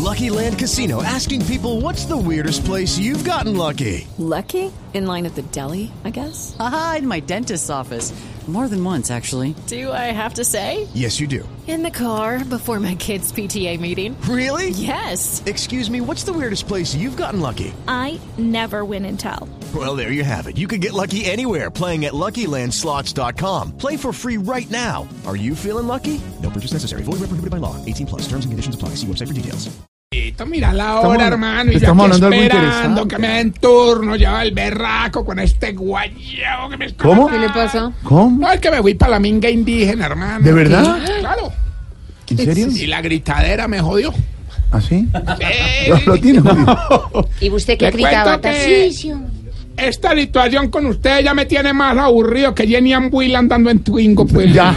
Lucky Land Casino, asking people, what's the weirdest place you've gotten lucky? Lucky? In line at the deli, I guess? Aha, in my dentist's office. More than once, actually. Do I have to say? Yes, you do. In the car before my kids' PTA meeting. Really? Yes. Excuse me, what's the weirdest place you've gotten lucky? I never win and tell. Well, there you have it. You can get lucky anywhere, playing at LuckyLandSlots.com. Play for free right now. Are you feeling lucky? No purchase necessary. Void where prohibited by law. 18 plus. Terms and conditions apply. See website for details. Mira la hora, hermano, y yo aquí esperando que me den turno, ya va el berraco con este guayabo que me está... ¿Cómo? ¿Qué le pasa? ¿Cómo? No, es que me fui para la minga indígena, hermano. ¿De verdad? Claro. ¿En serio? Y la gritadera me jodió. ¿Ah, sí? Sí. Lo tiene jodido. ¿Y usted qué Le gritaba? cuento que Tarcisio. esta situación con usted ya me tiene más aburrido que Jenny Ambuila andando en Twingo, pues. Ya.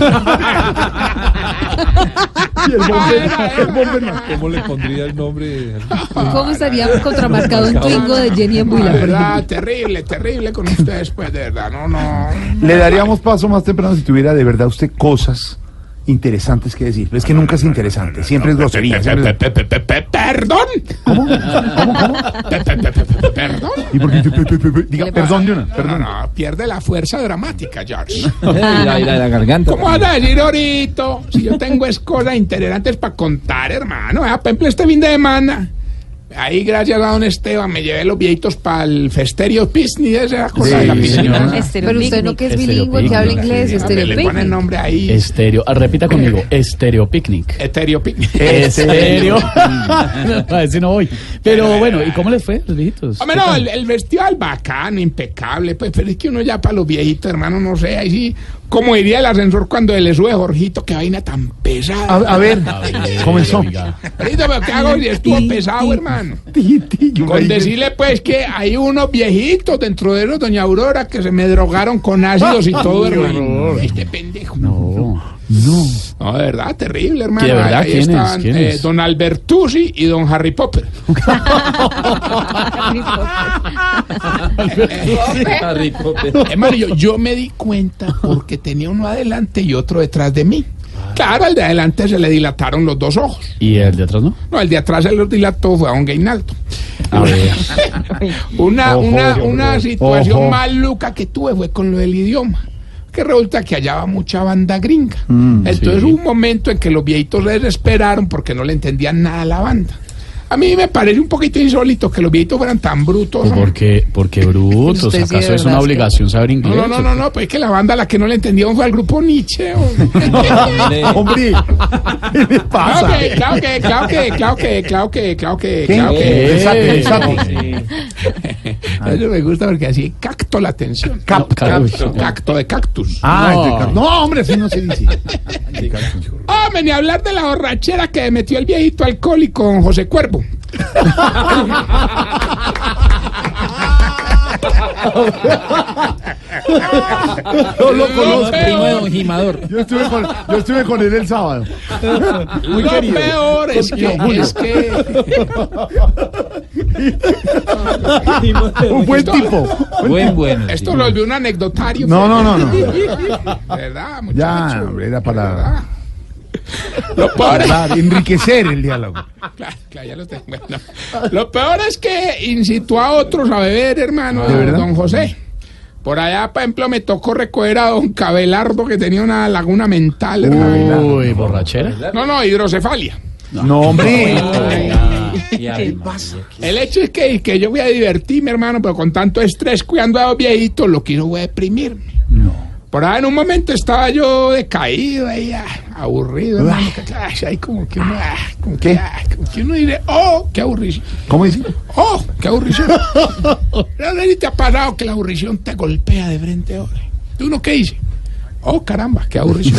Y el bomber. ¿Cómo le pondría el nombre? ¿Cómo estaría contramarcado un Twingo de Jenny La Ambuila, por verdad, ejemplo? terrible con ustedes, pues, de verdad, no. Le daríamos paso más temprano si tuviera de verdad usted cosas interesantes que decir. Pero es que nunca es interesante, siempre es grosería. ¿Perdón? ¿Cómo? ¿Perdón? ¿Y por qué? Diga, perdón de una, perdón. No, pierde la fuerza dramática, George. La garganta. ¿Cómo vas a decir ahorita? Si yo tengo cosas interesantes para contar, hermano. Por ejemplo, este fin de semana, ahí gracias a don Esteban, me llevé los viejitos para el Festerio Picnic, esa cosa de la piscina. Pero usted no que es bilingüe, que habla inglés, Le ponen estereopicnic. nombre ahí. Estéreo. Repita conmigo. Estéreo Picnic. Estéreo Picnic. Estéreo. A ese no voy. Pero bueno, ¿y cómo les fue a los viejitos? Hombre, no, el festival bacano, impecable, pues, pero es que uno ya para los viejitos, hermano, no sé, ahí sí, como diría el ascensor cuando le sube Jorgito, qué vaina tan pesada. A ver, comenzó. Ahorita, pero ¿qué hago si estuvo pesado, hermano? Con decirle, pues, que hay unos viejitos dentro de ellos, doña Aurora, que se me drogaron con ácidos y todo, hermano. Este pendejo. No. No, de verdad, terrible, hermano. ¿De verdad? Ahí ¿Quiénes? estaban, ¿Quiénes? don Albertuzzi y don Harry Potter. Harry Potter. Hermano, yo me di cuenta porque tenía uno adelante y otro detrás de mí. Claro, al de adelante se le dilataron los dos ojos. ¿Y el de atrás no? No, el de atrás se los dilató, fue a don Gainaldo. A ver. Una situación Ojo. maluca que tuve fue con lo del idioma. Que resulta que allá va mucha banda gringa. Entonces sí. hubo un momento en que los viejitos se desesperaron porque no le entendían nada a la banda. A mí me parece un poquito insólito que los viejitos fueran tan brutos. ¿Por qué brutos? Usted sí, ¿Acaso de es una verdad, obligación saber inglés? No, pues es que la banda a la que no le entendían fue al grupo Nietzsche. Hombre, ¿qué le pasa? Claro que. Desate. Eso me gusta porque así capto la atención. Cacto de cactus. No, hombre, así no se dice. Hombre, ni hablar de la borrachera que metió el viejito alcohólico con José Cuervo. No lo conozco. Primo de don Gimador. Yo estuve con él el sábado. Muy Lo querido. peor es que Un buen tipo. Bueno. esto lo vi un anecdotario. No. ¿Verdad, Ya, muchacho? hombre, era para Lo peor es... enriquecer el diálogo. Claro, ya lo tengo. Bueno, lo peor es que incitó a otros a beber, hermano, ¿De verdad? don José. Por allá, por ejemplo, me tocó recoger a don Cabelardo, que tenía una laguna mental, hermano. Uy, borrachera. No, hidrocefalia. No, hombre. El hecho es que yo voy a divertirme, hermano, pero con tanto estrés cuidando a los viejitos, lo quiero voy a deprimirme. No. Por ahí en un momento estaba yo decaído, ahí, aburrido, hermano. Ahí como que uno, como que uno dice, oh, qué aburrición. ¿Cómo dice? Oh, qué aburrición. Pero no te ha pasado que la aburrición te golpea de frente, hombre. ¿Tú uno qué dice? Oh, caramba, qué aburrición.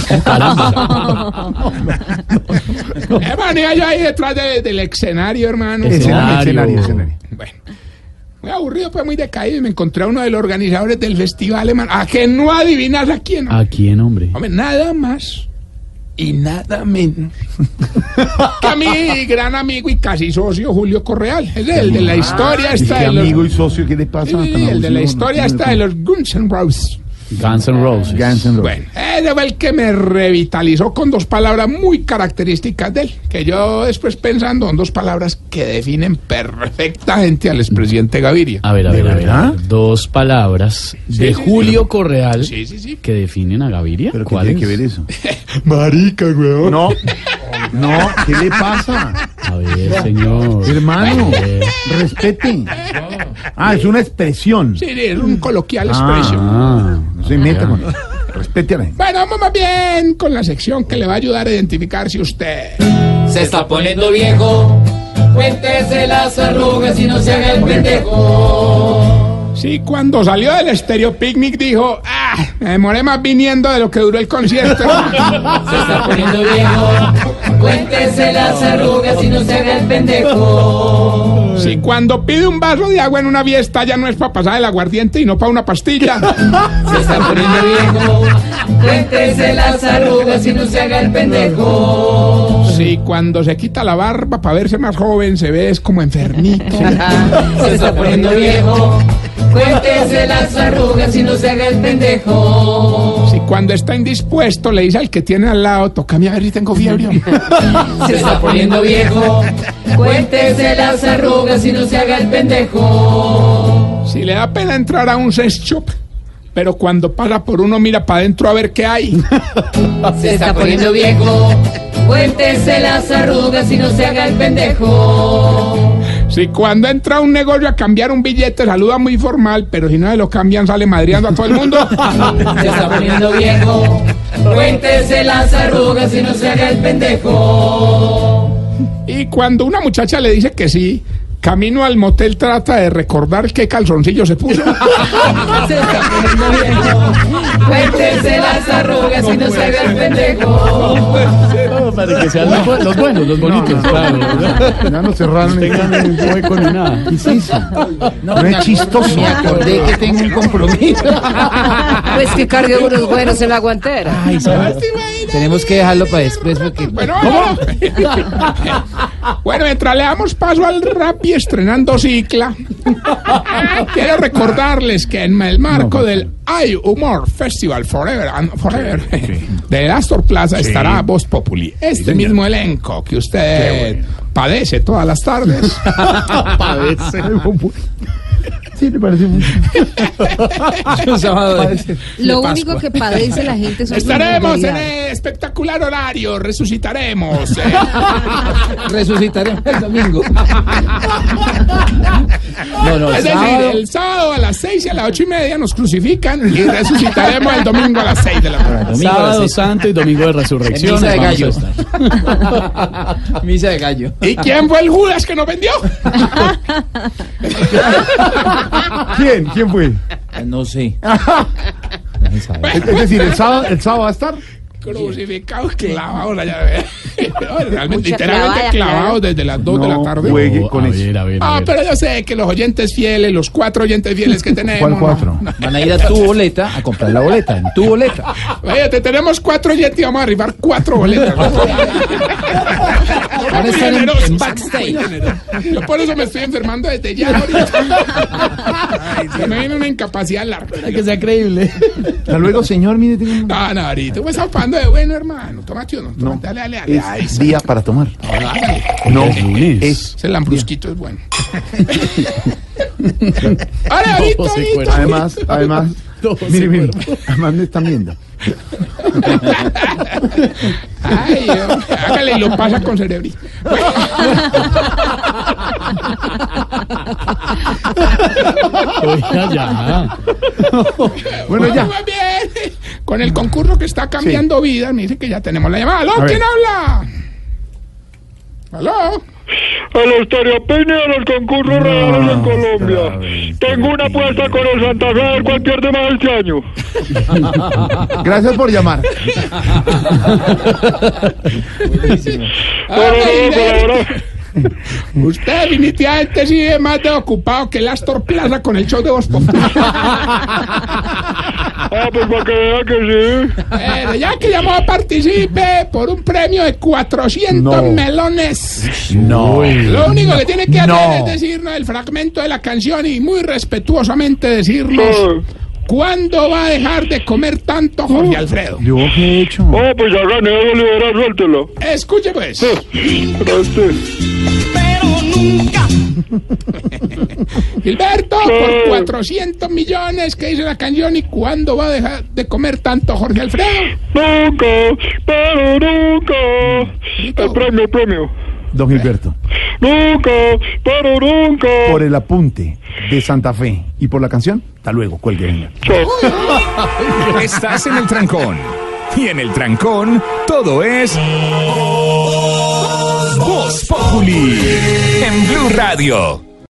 Hermano, iba yo ahí detrás del escenario, hermano. Escenario. Bueno, muy aburrido, pues muy decaído. Y me encontré a uno de los organizadores del festival, hermano. ¿A que no adivinas a quién? ¿A quién, hombre? Hombre, nada más y nada menos que a mi gran amigo y casi socio Julio Correal. Es el de la historia ¿Y esta qué de los... amigo y socio qué le pasa? Sí, el de la historia esta de los Guns N' Roses. Guns N' Roses. Guns N' Roses. Bueno, ese fue el que me revitalizó con dos palabras muy características de él, que yo después pensando son dos palabras que definen perfectamente al expresidente Gaviria. A ver. verdad? Dos palabras de sí, Julio Correal Sí. que definen a Gaviria. ¿Pero qué ¿Cuáles? tiene que ver eso? Marica, weón. No, ¿qué le pasa? A ver, señor. Hermano, A ver. respete. Es una expresión. Sí, es un coloquial expresión. No se meta con eso. Respete a la gente. Bueno, vamos más bien con la sección que le va a ayudar a identificar si usted... Se está poniendo viejo, cuéntese las arrugas y no se haga el pendejo. Sí, cuando salió del Estéreo Picnic dijo, me demoré más viniendo de lo que duró el concierto. Se está poniendo viejo, cuéntese las arrugas y no se haga el pendejo. Sí, cuando pide un vaso de agua en una fiesta ya no es para pasar el aguardiente y no para una pastilla. Se está poniendo viejo, cuéntese las arrugas y no se haga el pendejo. Sí, cuando se quita la barba para verse más joven se ve es como enfermito. Se está poniendo viejo, cuéntese las arrugas y no se haga el pendejo. Sí, cuando está indispuesto le dice al que tiene al lado, tócame a ver si tengo fiebre. Se está poniendo viejo, cuéntese las arrugas y no se haga el pendejo. Si le da pena entrar a un sex shop, pero cuando pasa por uno mira para adentro a ver qué hay. Se está poniendo viejo, cuéntese las arrugas y no se haga el pendejo. Si cuando entra a un negocio a cambiar un billete saluda muy formal, pero si no se lo cambian sale madreando a todo el mundo. Se está poniendo viejo, cuéntese las arrugas y no se haga el pendejo. Y cuando una muchacha le dice que sí, camino al motel trata de recordar qué calzoncillo se puso. Se está poniendo viejo, cuéntese las arrugas y no se haga el pendejo. Para que sean los buenos, los bonitos, claro. Ya no cerraron. Tengan un hueco ni nada. ¿Qué es eso? No es chistoso. Me acordé que tengo un compromiso. Pues que cargue unos buenos en la guantera. Ay, ¿sabes? Tenemos que dejarlo para después porque... Bueno, bueno, mientras le damos paso al rap y estrenando Cicla, quiero recordarles que en el marco del iHumor Festival Forever de Astor Plaza estará Voz Populi. Este mismo elenco que usted padece todas las tardes. Padece. Sí, me parece mucho. Lo único que padece la gente son Estaremos en el espectacular horario, resucitaremos. Resucitaremos el domingo. Es decir, el sábado a las 6 y a las 8:30 nos crucifican y resucitaremos el domingo a las 6 de la tarde. Sábado Santo y Domingo de Resurrección. Misa de vamos a gallo. estar. Misa de gallo. ¿Y quién fue el Judas que nos vendió? ¿Quién fue? No sé. Es decir, el sábado va a estar. Crucificados, clavados allá. Realmente, Mucha literalmente clavada, clavados desde las 2 de la tarde. Juegue con eso. A ver. Pero yo sé que los oyentes fieles, los 4 oyentes fieles que tenemos. ¿Cuál 4? Van a ir a tu boleta a comprar la boleta, en tu boleta. Oye, te tenemos 4 oyentes y vamos a arribar 4 boletas. Van a estar en Generosos, backstage. muy generosos. Yo por eso me estoy enfermando desde ya ahorita. Se me viene una incapacidad larga. Para que sea creíble. Hasta luego, señor. Mire, tengo un... No, ahorita me estás pagando de bueno, hermano. Tómate uno. No, Dale. es día para tomar. No, es lunes. Ese lambrusquito es bueno. Ahorita. Además, mire, además me están viendo. Ay, hágale y lo pasa con cerebrito. Oiga, ya. Bueno, ya. Muy bien. Con el concurso que está cambiando vidas, me dice que ya tenemos la llamada. ¿Aló? A ver. ¿Quién habla? ¿Aló? A la estereopenia de los concursos reales en Colombia. Tengo una apuesta con el Santa Fe, a ver cuál pierde más este año. Gracias por llamar. Usted definitivamente sí es más de ocupado que el Astor Plaza con el show de Voz Populi. Pues para que vea que sí. Ya que llamó, participe por un premio de 400 melones. No. Lo único que tiene que hacer es decirnos el fragmento de la canción y muy respetuosamente decirnos ¿Cuándo va a dejar de comer tanto Jorge Alfredo? ¿Yo qué he hecho? Oh, pues ya gané, Bolívar, suéltelo. Escuche pues. Gracias. Gilberto, por 400 millones que dice la canción, ¿y cuándo va a dejar de comer tanto Jorge Alfredo? Nunca, pero nunca. El premio. Don Gilberto, Nunca, pero nunca. por el apunte de Santa Fe y por la canción, hasta luego, cuelgue, venga. Estás en el trancón. Y en el trancón, todo es Voz Populi en Blue Radio.